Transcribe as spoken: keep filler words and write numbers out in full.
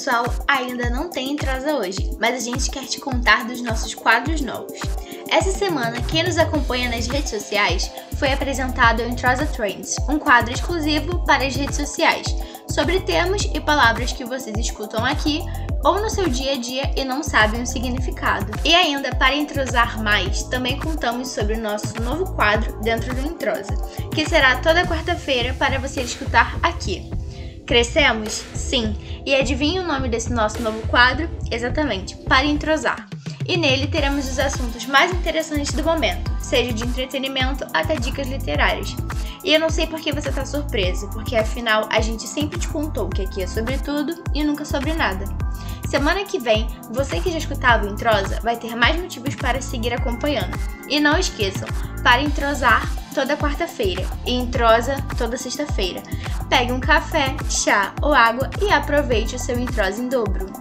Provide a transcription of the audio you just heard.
pessoal, ainda não tem Entrosa hoje, mas a gente quer te contar dos nossos quadros novos. Essa semana, quem nos acompanha nas redes sociais foi apresentado o Entrosa Trends, um quadro exclusivo para as redes sociais, sobre termos e palavras que vocês escutam aqui ou no seu dia a dia e não sabem o significado. E ainda, para entrosar mais, também contamos sobre o nosso novo quadro dentro do Entrosa, que será toda quarta-feira para você escutar aqui. Crescemos? Sim! E adivinha o nome desse nosso novo quadro? Exatamente, Para Entrosar. E nele teremos os assuntos mais interessantes do momento, seja de entretenimento até dicas literárias. E eu não sei por que você tá surpreso, porque afinal a gente sempre te contou que aqui é sobre tudo e nunca sobre nada. Semana que vem, você que já escutava o Entrosa vai ter mais motivos para seguir acompanhando. E não esqueçam, Para Entrosar toda quarta-feira e Entrosa toda sexta-feira. Pegue um café, chá ou água e aproveite o seu Entrosa em dobro.